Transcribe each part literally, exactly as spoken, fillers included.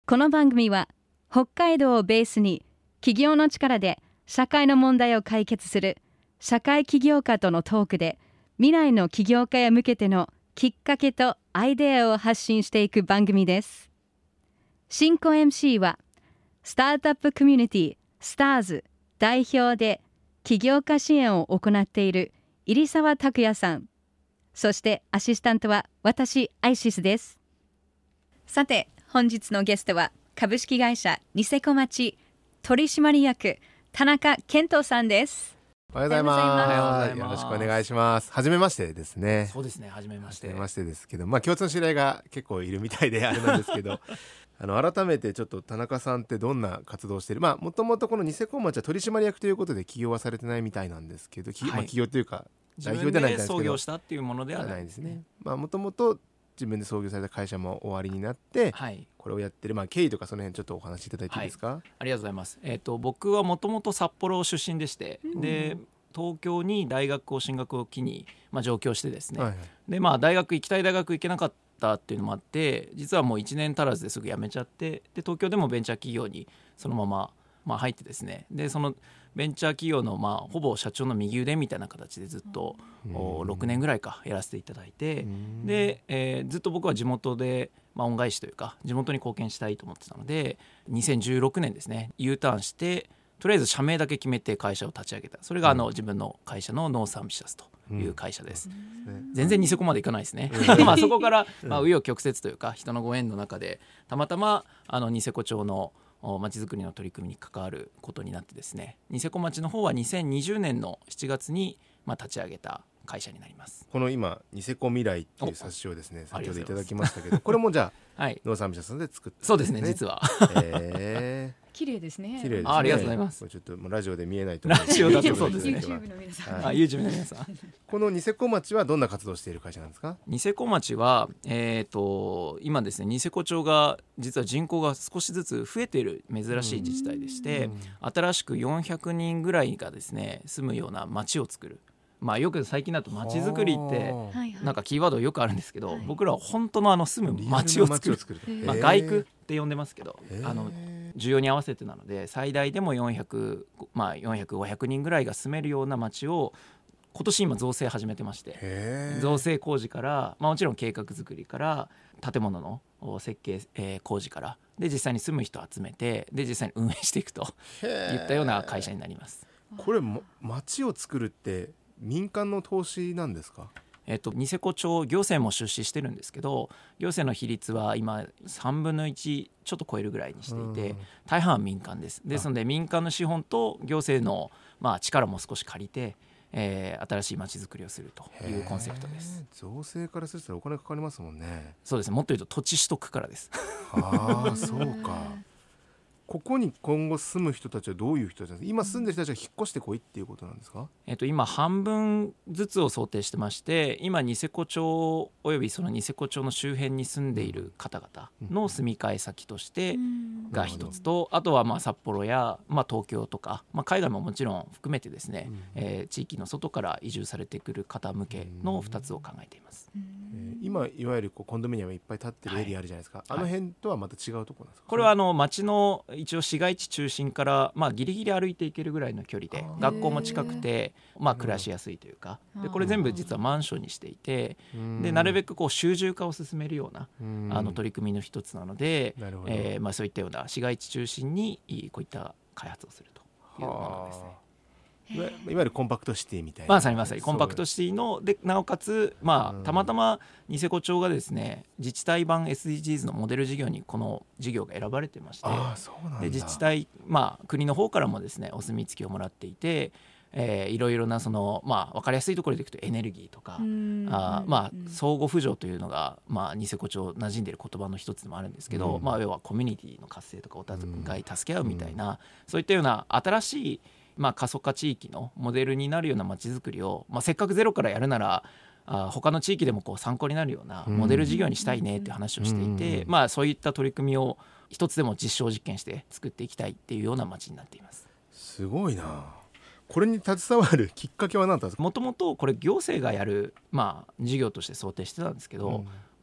この番組は北海道をベースに企業の力で社会の問題を解決する社会起業家とのトークで、未来の起業家へ向けてのきっかけとアイデアを発信していく番組です。進行 エムシー はスタートアップコミュニティスターズ代表で起業家支援を行っている入澤拓也さん、そしてアシスタントは私アイシスです。さて、本日のゲストは株式会社ニセコ町取締役田中健人さんです。 おはようございます。よろしくお願いします。はじめましてですね。 そうですね、はじめまして。 はじめましてですけど、まあ共通の知り合いが結構いるみたいであれなんですけどあの改めてちょっと田中さんってどんな活動をしている、まあもともとこのニセコ町は取締役ということで起業はされてないみたいなんですけど、はい、まあ、起業というか代表ではないんですけど、 自分で創業したっていうものではないですね。まあもともと自分で創業された会社も終わりになって、はい、これをやってる、まあ、経緯とかその辺ちょっとお話しいただいていいですか。はい、 ありがとうございます。えーと、僕はもともと札幌出身でして、うん、で東京に大学を進学を機に、まあ、上京してですね、はいはい、でまあ、大学行きたい大学行けなかったっていうのもあって、実はもういちねん足らずですぐ辞めちゃって、で東京でもベンチャー企業にそのまま、まあ、入ってですね、でそのベンチャー企業の、まあ、ほぼ社長の右腕みたいな形でずっとろくねんぐらいかやらせていただいて、で、えー、ずっと僕は地元で、まあ、恩返しというか地元に貢献したいと思ってたので、にせんじゅうろくねんですね U ターンして、とりあえず社名だけ決めて会社を立ち上げた。それがあの、うん、自分の会社のノースアンビシャスという会社です。うん、全然ニセコまで行かないですね。まあそこから、まあ、紆余曲折というか人のご縁の中でたまたまあのニセコ町のまちづくりの取り組みに関わることになってですね、ニセコ町の方はにせんにじゅうねんのしちがつに、まあ、立ち上げた会社になります。 この今ニセコ未来っていう冊子をですね先ほどいただきましたけど、これもじゃあ、はい、ノースアンビシャスで作ったんですね。 そうですね、実は。 えー綺麗ですね。 綺麗ですね。 あ、ありがとうございます。 これちょっともうラジオで見えないと思う。 ラジオだとそうですね。 YouTube の皆さん。 はい、YouTube の皆さん。 このニセコ町はどんな活動をしている会社なんですか。 ニセコ町は、えーと、今ですね、ニセコ町が実は人口が少しずつ増えている珍しい自治体でして、新しくよんひゃくにんぐらいがですね住むような町を作る。まあ、よく最近だと町づくりってなんかキーワードよくあるんですけど、僕らは本当のあの住む町を作る、まあ、街区って呼んでますけど、あの需要に合わせてなので最大でもよんひゃく、まあ、よんひゃく、ごひゃくにんぐらいが住めるような町を今年今造成始めてまして、造成工事から、まあ、もちろん計画作りから建物の設計、えー、工事からで実際に住む人を集めてで実際に運営していくといったような会社になります。 これ町を作るって民間の投資なんですか。 えっと、ニセコ町行政も出資してるんですけど、行政の比率は今さんぶんのいちちょっと超えるぐらいにしていて、大半は民間です。ですので民間の資本と行政の、まあ、力も少し借りて、えー、新しい街づくりをするというコンセプトです。 造成からするとお金かかりますもんね。 そうですね、もっと言うと土地取得からです。 ああ、そうか。ここに今後住む人たちはどういう人たちなんですか。今住んでる人たちが引っ越してこいっていうことなんですか。 えっと、今半分ずつを想定してまして、今ニセコ町およびそのニセコ町の周辺に住んでいる方々の住み替え先としてが一つと、あとはまあ札幌や、まあ、東京とか、まあ、海外ももちろん含めてですね、えー、地域の外から移住されてくる方向けのふたつを考えています。 えー、今いわゆるこうコンドミニアムいっぱい建ってるエリアあるじゃないですか、はい、あの辺とはまた違うところなんですか。 これはあの町の一応市街地中心から、まあ、ギリギリ歩いていけるぐらいの距離で学校も近くて、まあ、暮らしやすいというか、でこれ全部実はマンションにしていて、でなるべくこう集中化を進めるようなあの取り組みの一つなので、えーまあ、そういったような市街地中心にこういった開発をするというものですね。 いわゆるコンパクトシティみたいな、 まさにまさにコンパクトシティのでなおかつ、まあ、たまたまニセコ町がですね自治体版 エスディージーズ のモデル事業にこの事業が選ばれてまして、 あ、そうなんだ。 で自治体、まあ、国の方からもですねお墨付きをもらっていて、えー、いろいろなその、まあ、分かりやすいところでいくとエネルギーとか、あ、まあ、相互扶助というのが、まあ、ニセコ町馴染んでいる言葉の一つでもあるんですけど、まあ、要はコミュニティの活性とかお互い助け合うみたいな、そういったような新しいまあ、過疎化地域のモデルになるような街づくりを、まあ、せっかくゼロからやるならあ他の地域でもこう参考になるようなモデル事業にしたいねっていう話をしていて、うん、まあ、そういった取り組みを一つでも実証実験して作っていきたいっていうような街になっています。 すごいな。これに携わるきっかけは何だったんですか。 もともとこれ行政がやる、まあ、事業として想定してたんですけど、うん、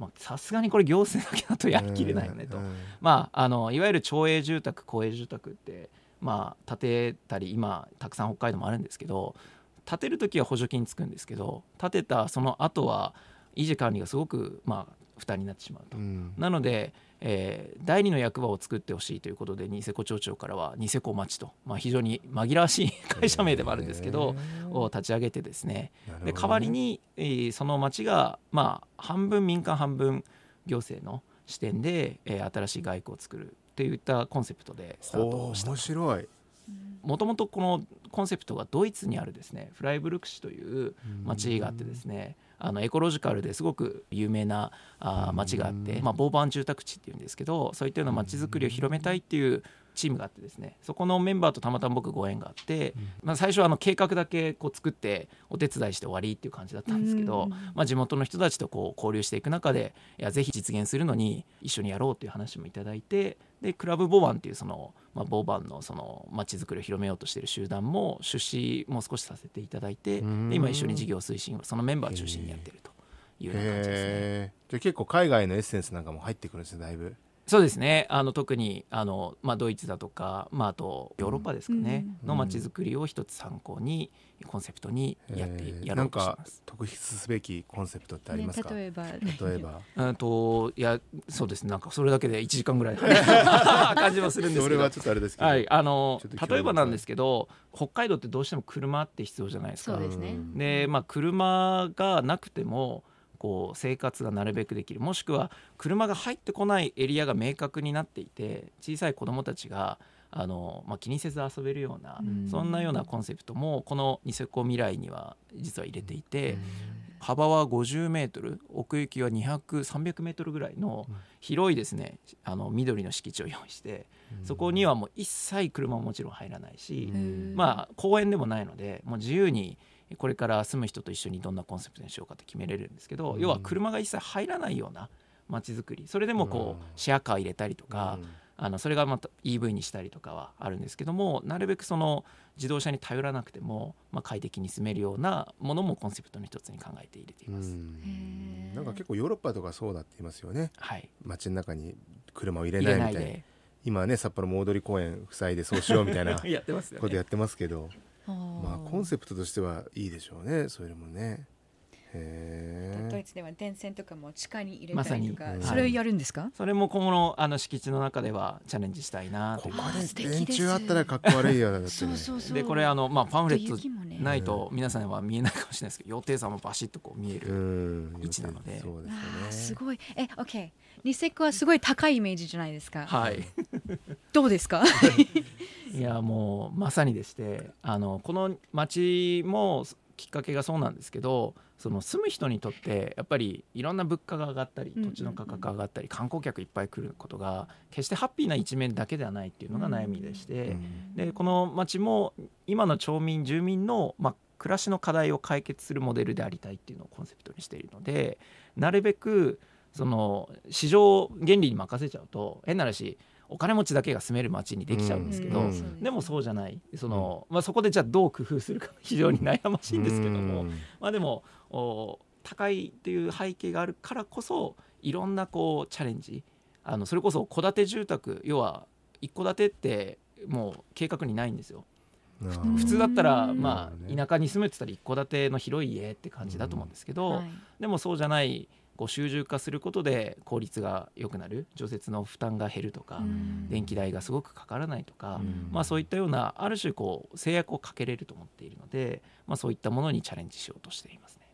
さすがにこれ行政だけだとやりきれないよねと、まあ、あのいわゆる町営住宅公営住宅って、まあ、建てたり今たくさん北海道もあるんですけど、建てるときは補助金つくんですけど、建てたその後は維持管理がすごくまあ負担になってしまうと、うん、なので、えー、第二の役場を作ってほしいということでニセコ町長からはニセコ町と、まあ、非常に紛らわしい会社名でもあるんですけど、を立ち上げてですね、で代わりに、えー、その町が、まあ、半分民間半分行政の視点で、えー、新しい街区を作るといったコンセプトでスタートをした。面白い。もともとこのコンセプトがドイツにあるですねフライブルク市という町があってですね、あのエコロジカルですごく有名なあ町があって、まあ、ボーバン住宅地っていうんですけど、そういったような町づくりを広めたいっていうチームがあってですね、そこのメンバーとたまたま僕ご縁があって、まあ、最初はあの計画だけこう作ってお手伝いして終わりっていう感じだったんですけど、まあ、地元の人たちとこう交流していく中で、いやぜひ実現するのに一緒にやろうという話もいただいて、でクラブボーバンっていうその、まあ、ボーバンのその町づくりを広めようとしている集団も出資も少しさせていただいて、で今一緒に事業推進をそのメンバー中心にやってるというような感じですね。 じゃあ結構海外のエッセンスなんかも入ってくるんですね、だいぶ。 そうですね、あの特にあの、まあ、ドイツだとか、まあ、あとヨーロッパですかね、うん、の街づくりを一つ参考にコンセプトにやってやろうとしてます。なんか特筆すべきコンセプトってありますか？ ね、例えば例えばうんといやそうですね、なんかそれだけでいちじかんぐらい感じもするんですけど、それはちょっとあれですけど、はい、あの例えばなんですけど、北海道ってどうしても車って必要じゃないですか。 そうですね。 で、まあ、車がなくてもこう生活がなるべくできる、もしくは車が入ってこないエリアが明確になっていて、小さい子どもたちがあの、まあ、気にせず遊べるような、うん、そんなようなコンセプトもこのニセコ未来には実は入れていて、うん、幅はごじゅうメートル、奥行きはにひゃく、さんびゃくメートルぐらいの広いですね、あの緑の敷地を用意して、うん、そこにはもう一切車ももちろん入らないし、うん、まあ公園でもないのでもう自由にこれから住む人と一緒にどんなコンセプトにしようかって決めれるんですけど、うん、要は車が一切入らないような街づくり、それでもこうシェアカー入れたりとか、うん、あのそれがまた イーブイ にしたりとかはあるんですけども、なるべくその自動車に頼らなくても、まあ、快適に住めるようなものもコンセプトの一つに考えて入れています。うん、 なんか結構ヨーロッパとかそうだって言いますよね、 はい、 街の中に車を入れないみたいな。今ね札幌も大通公園塞いでそうしようみたいなやってますよね、 ことやってますけどまあ、コンセプトとしてはいいでしょうね、そういうのもね。 へドイツでは電線とかも地下に入れたりとか、ま、それをやるんですか？はい、 それも今後 の, あの敷地の中ではチャレンジしたいなという。 ここで電柱あったらかっこ悪いよだって、ね、 そうそうそう。 でこれあの、まあ、パンフレットないと皆さんは見えないかもしれないですけど、予定さもバシッとこう見える位置なので、 そうですよね。 あすごい。え OK、 ニセコはすごい高いイメージじゃないですか。 はいどうですか？ いやもうまさにでして、あのこの町もきっかけがそうなんですけど、その住む人にとってやっぱりいろんな物価が上がったり土地の価格が上がったり観光客いっぱい来ることが決してハッピーな一面だけではないっていうのが悩みでして、でこの町も今の町民住民の、まあ、暮らしの課題を解決するモデルでありたいっていうのをコンセプトにしているので、なるべくその市場原理に任せちゃうと変な話お金持ちだけが住める街にできちゃうんですけど、うん、でもそうじゃない、その、まあ、そこでじゃあどう工夫するか非常に悩ましいんですけども、うん、まあ、でも高いっていう背景があるからこそいろんなこうチャレンジ、あのそれこそ戸建て住宅、要は一戸建てってもう計画にないんですよ。普通だったら、まあ、田舎に住むって言ったら一戸建ての広い家って感じだと思うんですけど、うんはい、でもそうじゃないこう集中化することで効率が良くなる、除雪の負担が減るとか、うん、電気代がすごくかからないとか、うんまあ、そういったようなある種こう制約をかけれると思っているので、まあ、そういったものにチャレンジしようとしていますね。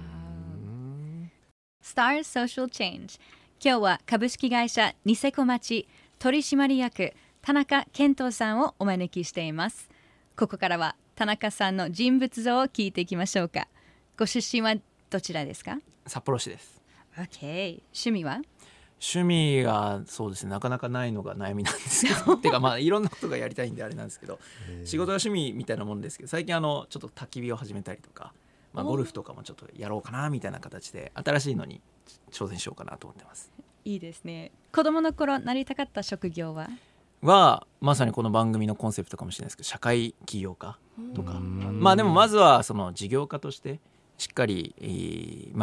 Star Social Change、 今日は株式会社ニセコ町取締役田中健人さんをお招きしています。ここからは田中さんの人物像を聞いていきましょうか。ご出身はどちらですか？ 札幌市です。 Okay、趣味は？ 趣味がそうですね、なかなかないのが悩みなんですけどてかまあいろんなことがやりたいんであれなんですけど、仕事が趣味みたいなもんですけど、最近あのちょっと焚き火を始めたりとか、まあ、ゴルフとかもちょっとやろうかなみたいな形で新しいのに挑戦しようかなと思ってます。 いいですね。子供の頃なりたかった職業は？ はまさにこの番組のコンセプトかもしれないですけど、社会起業家とか、まあでもまずはその事業家としてしっかり、えー、まあ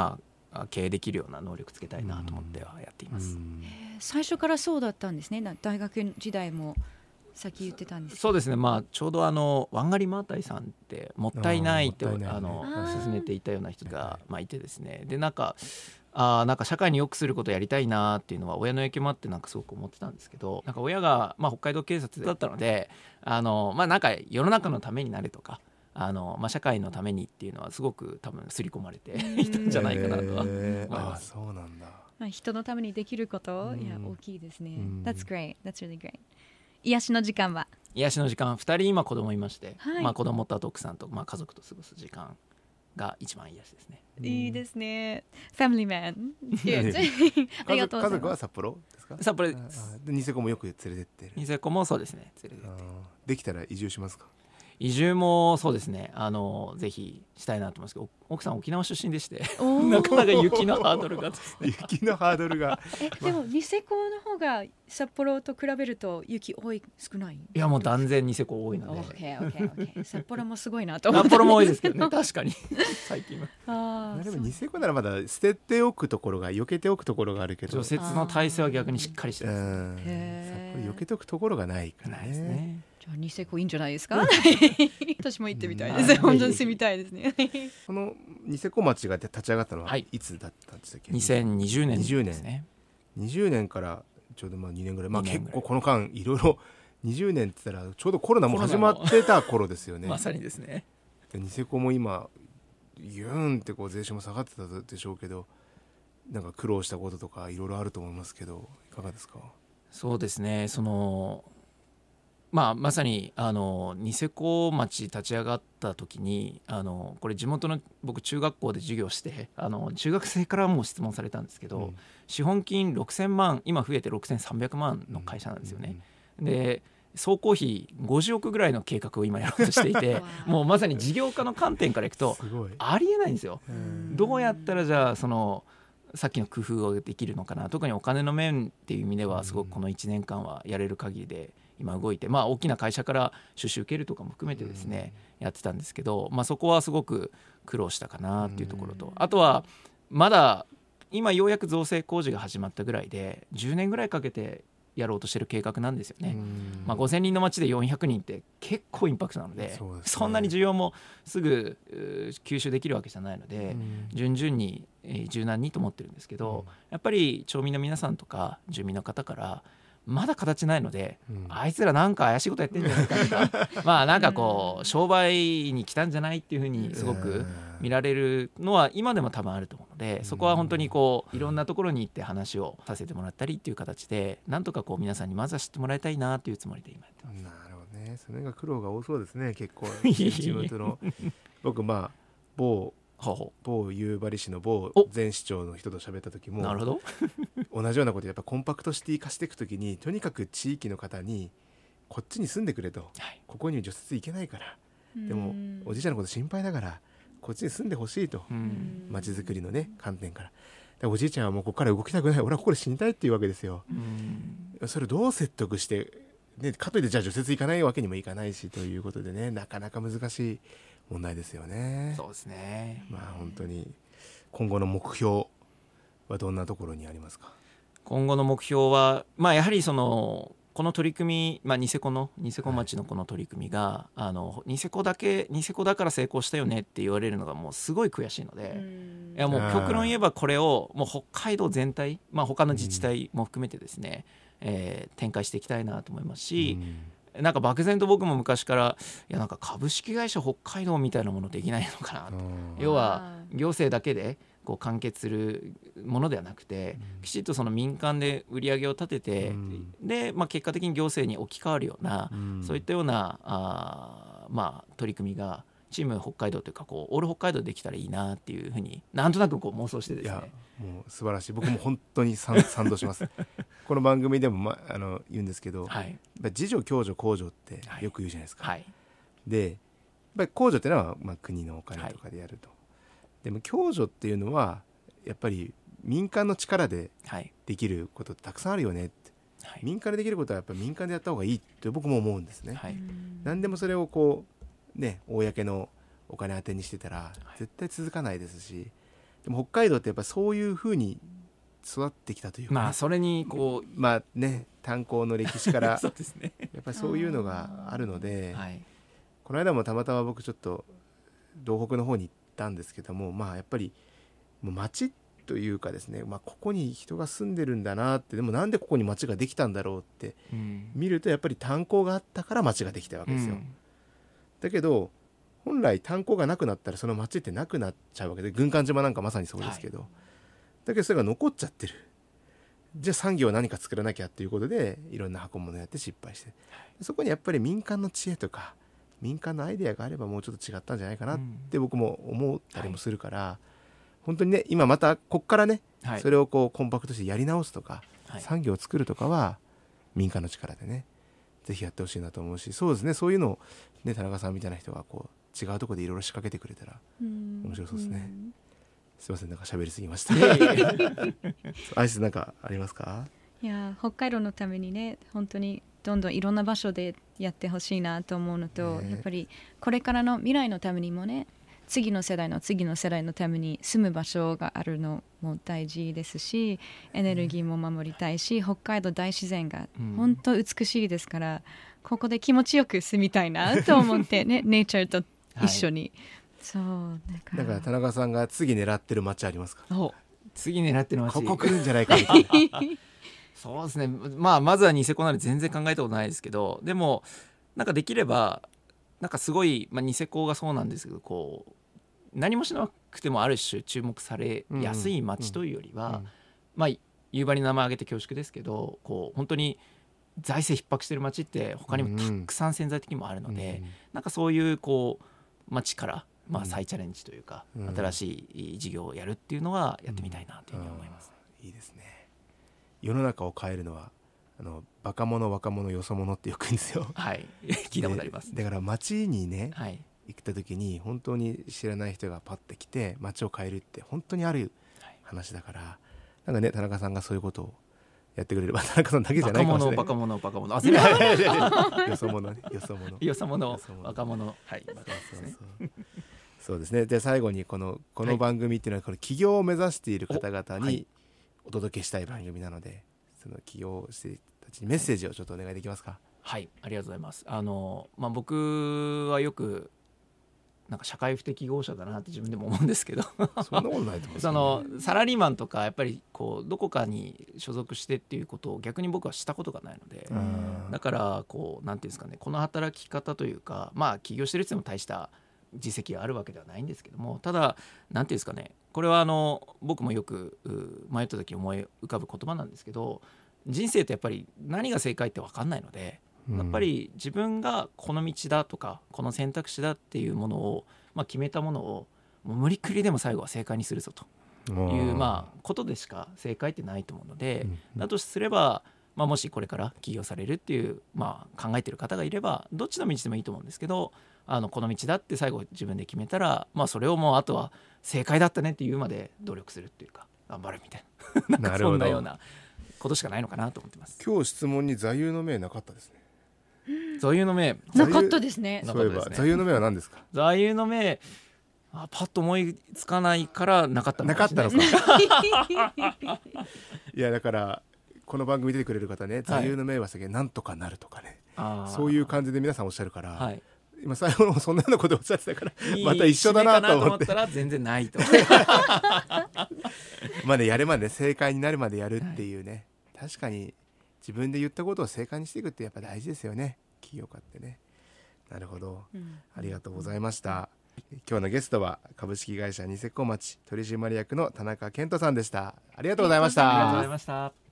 経営できるような能力つけたいなと思ってはやっています。 最初からそうだったんですね。大学時代もさっき言ってたんです。 そうですね、まあ、ちょうどあのワンガリマータイさんってもったいないってああの進めていたような人が、まあ、いてですね、でなんかあなんか社会に良くすることをやりたいなっていうのは親の影響もあってなんかすごく思ってたんですけど、なんか親が、まあ、北海道警察だったのであの、まあ、なんか世の中のためになれとかあの、まあ、社会のためにっていうのはすごく多分刷り込まれていたんじゃないかなとは思います。 そうなんだ。 人のためにできること、いや大きいですね。That's great. That's really great. 癒しの時間は癒しの時間ふたり今子供いまして、 はい、 まあ、子供とあと奥さんと、まあ、家族と過ごす時間が一番癒しですね。 いいですね。ファミリーマン。ありがとうございます。 家族は札幌ですか？ 札幌です。 でニセコもよく連れてってる。 ニセコもそうですね、連れてって。 できたら移住しますか？ 移住もそうですね、あのぜひしたいなと思いますけど、奥さん沖縄出身でしてなかなか雪のハードルがですね雪のハードルがえでもニセコの方が札幌と比べると雪多い少ない？ いやもう断然ニセコ多いので、 okay, okay, okay. 札幌もすごいなと思って札幌も多いですけどね確かに最近はあでもニセコならまだ捨てておくところが避けておくところがあるけど、 除雪の体制は逆にしっかりしてます、 ね、札幌避けておくところがないから ね, ですね。 じゃあニセコいいんじゃないですか私も行ってみたいです、うん、本当に住みたいですねこのニセコ町が立ち上がったのはいつだったんですか？ にせんにじゅうねんですね。 にじゅうねんからちょうどまあにねんぐらい、まあ、結構この間いろいろにじゅうねんって言ったらちょうどコロナも始まってた頃ですよねまさにですね。 ニセコも今ギューンってこう税収も下がってたでしょうけど、なんか苦労したこととかいろいろあると思いますけどいかがですか？ そうですね、そのまあ、まさにあのニセコ町立ち上がった時にあのこれ地元の僕中学校で授業してあの中学生からも質問されたんですけど、うん、資本金ろくせんまん今増えてろくせんさんびゃくまんの会社なんですよね、うんうん、で総工費ごじゅうおくぐらいの計画を今やろうとしていてもうまさに事業家の観点からいくとありえないんですよ。どうやったらじゃあそのさっきの工夫をできるのかな、特にお金の面っていう意味ではすごくこのいちねんかんはやれる限りで今動いて、まあ、大きな会社から出資受けるとかも含めてですね、うん、やってたんですけど、まあ、そこはすごく苦労したかなっていうところと、うん、あとはまだ今ようやく造成工事が始まったぐらいでじゅうねんぐらいかけてやろうとしてる計画なんですよね、うんまあ、ごせんにんの町でよんひゃくにんって結構インパクトなの で, そ, で、ね、そんなに需要もすぐ吸収できるわけじゃないので、うん、順々に、えー、柔軟にと思ってるんですけど、うん、やっぱり町民の皆さんとか住民の方からまだ形ないので、うん、あいつらなんか怪しいことやってんじゃないかとかまあなんかこう商売に来たんじゃないっていうふうにすごく見られるのは今でも多分あると思うので、そこは本当にこういろんなところに行って話をさせてもらったりっていう形でなんとかこう皆さんにまずは知ってもらいたいなというつもりで今やってます。 なるほどね。それが苦労が多そうですね結構地元の僕まあ某某夕張市の某前市長の人と喋った時もなるほど同じようなことやっぱコンパクトシティ化していく時にとにかく地域の方にこっちに住んでくれと、はい、ここに除雪行けないからでもおじいちゃんのこと心配だからこっちに住んでほしいと街づくりのね観点からでおじいちゃんはもうここから動きたくない俺はここで死にたいっていうわけですよ。それをどう説得してね、かといってじゃあ除雪行かないわけにもいかないしということでねなかなか難しい問題ですよね。 そうですね。 まあ本当に今後の目標はどんなところにありますか？ 今後の目標は、まあ、やはりそのこの取り組み、まあ、ニセコのニセコ町のこの取り組みが、はい、あのニセコだけニセコだから成功したよねって言われるのがもうすごい悔しいので、いやもう極論言えばこれをもう北海道全体、まあ、他の自治体も含めてですね、えー、展開していきたいなと思いますし、なんか漠然と僕も昔からいやなんか株式会社北海道みたいなものできないのかなと、要は行政だけでこう完結するものではなくて、うん、きちっとその民間で売り上げを立てて、うん、で、まあ、結果的に行政に置き換わるような、うん、そういったようなあ、まあ、取り組みがチーム北海道というかこうオール北海道できたらいいなっていうふうになんとなくこう妄想してですね。いやもう素晴らしい。僕も本当に賛同しますこの番組でも、ま、あの言うんですけど、はい、自助共助公助ってよく言うじゃないですか、はい、でやっぱり公助っていうのは、まあ、国のお金とかでやると、はい、でも共助っていうのはやっぱり民間の力でできることたくさんあるよねって、はい、民間でできることはやっぱり民間でやった方がいいって僕も思うんですね、はい、何でもそれをこうね公のお金当てにしてたら絶対続かないですし、 でも北海道ってやっぱりそういう風に育ってきたというか、ね、 まあそれにこうまあね炭鉱の歴史からそうですね、 やっぱりそういうのがあるので、 はい、 この間もたまたま僕ちょっと道北の方に行ったんですけども、まあやっぱりもう町というかですね、まあ、ここに人が住んでるんだなって、でもなんでここに町ができたんだろうって見ると、やっぱり炭鉱があったから町ができたわけですよ、うん、だけど本来炭鉱がなくなったらその町ってなくなっちゃうわけで、軍艦島なんかまさにそうですけど、はい、だけどそれが残っちゃってる。じゃあ産業は何か作らなきゃっていうことでいろんな箱物やって失敗して、はい、そこにやっぱり民間の知恵とか民間のアイデアがあればもうちょっと違ったんじゃないかなって僕も思ったりもするから、はい、本当にね今またこっからね、はい、それをこうコンパクトしてやり直すとか、はい、産業を作るとかは民間の力でねぜひやってほしいなと思うし、そうですね、そういうのを、ね、田中さんみたいな人がこう違うところでいろいろ仕掛けてくれたら面白そうですね。すいませんなんか喋りすぎましたアイスなんかありますか？ いや北海道のためにね本当にどんどんいろんな場所でやってほしいなと思うのと、ね、やっぱりこれからの未来のためにもね次の世代の次の世代のために住む場所があるのも大事ですし、エネルギーも守りたいし、北海道大自然が本当美しいですから、うん、ここで気持ちよく住みたいなと思ってねネイチャーと一緒に、はい、そうだから、 だから田中さんが次狙ってる街ありますか？ 次狙ってる街ここ来るんじゃないかみたいなそうですね、まあまずはニセコなんで全然考えたことないですけど、でもなんかできればなんかすごい、まあ、ニセコがそうなんですけどこう何もしなくてもある種注目されやすい街というよりは、うんうん、まあ夕張の名前挙げて恐縮ですけどこう本当に財政逼迫してる街って他にもたくさん潜在的にもあるので、うん、なんかそういうこう街からまあ再チャレンジというか、うん、新しい事業をやるっていうのはやってみたいなというふうに思います、 うん、いいですね。世の中を変えるのはあのバカ者若者よそ者ってよく言うんですよはい聞いたことあります。 だから街にね、 はい、 行った時に本当に知らない人がパッて来て街を変えるって本当にある話だから、はい、なんかね田中さんがそういうことをやってくれれば田中さんだけじゃないかもしれない。 バカ者バカ者バカ者あよそ者ねよそ者よそ者若者はいそうですね。で最後にこのこの番組っていうのはこの起業を目指している方々にお届けしたい番組なので、その起業してたちにメッセージをちょっとお願いできますか？ はい、ありがとうございます。あの、まあ、僕はよくなんか社会不適合者だなって自分でも思うんですけどそんなことないと思うんですよね。 そのサラリーマンとかやっぱりこうどこかに所属してっていうことを逆に僕はしたことがないので、だからこうなんていうんですかね、この働き方というか、まあ起業してるっても大した実績があるわけではないんですけども、ただなんていうんですかね、これはあの僕もよく迷った時思い浮かぶ言葉なんですけど、人生ってやっぱり何が正解って分かんないので、やっぱり自分がこの道だとかこの選択肢だっていうものを、まあ、決めたものをもう無理くりでも最後は正解にするぞというまあことでしか正解ってないと思うので、だとすれば、まあ、もしこれから起業されるっていう、まあ、考えてる方がいればどっちの道でもいいと思うんですけど、あのこの道だって最後自分で決めたら、まあ、それをもうあとは正解だったねっていうまで努力するっていうか頑張るみたいななんかそんなようなことしかないのかなと思ってます。 今日質問に座右の銘なかったですね。 座右の銘なかったですね。 そういえば座右の銘は何ですか？ 座右の銘あパッと思いつかないからなかったのかもしれないですね。なかったのかいやだからこの番組出てくれる方ね、座右の銘は先なんとかなるとかね、はい、そういう感じで皆さんおっしゃるから、はい、今最後のそんなようなことをおっしゃってたからいいまた一緒だなと思ってったら全然ないとまあね、やるまで正解になるまでやるっていうね、はい、確かに自分で言ったことを正解にしていくってやっぱ大事ですよね、起業家ってね。なるほど、うん、ありがとうございました、うん、今日のゲストは株式会社ニセコ町取締役の田中健人さんでした。ありがとうございました。 ありがとうございました。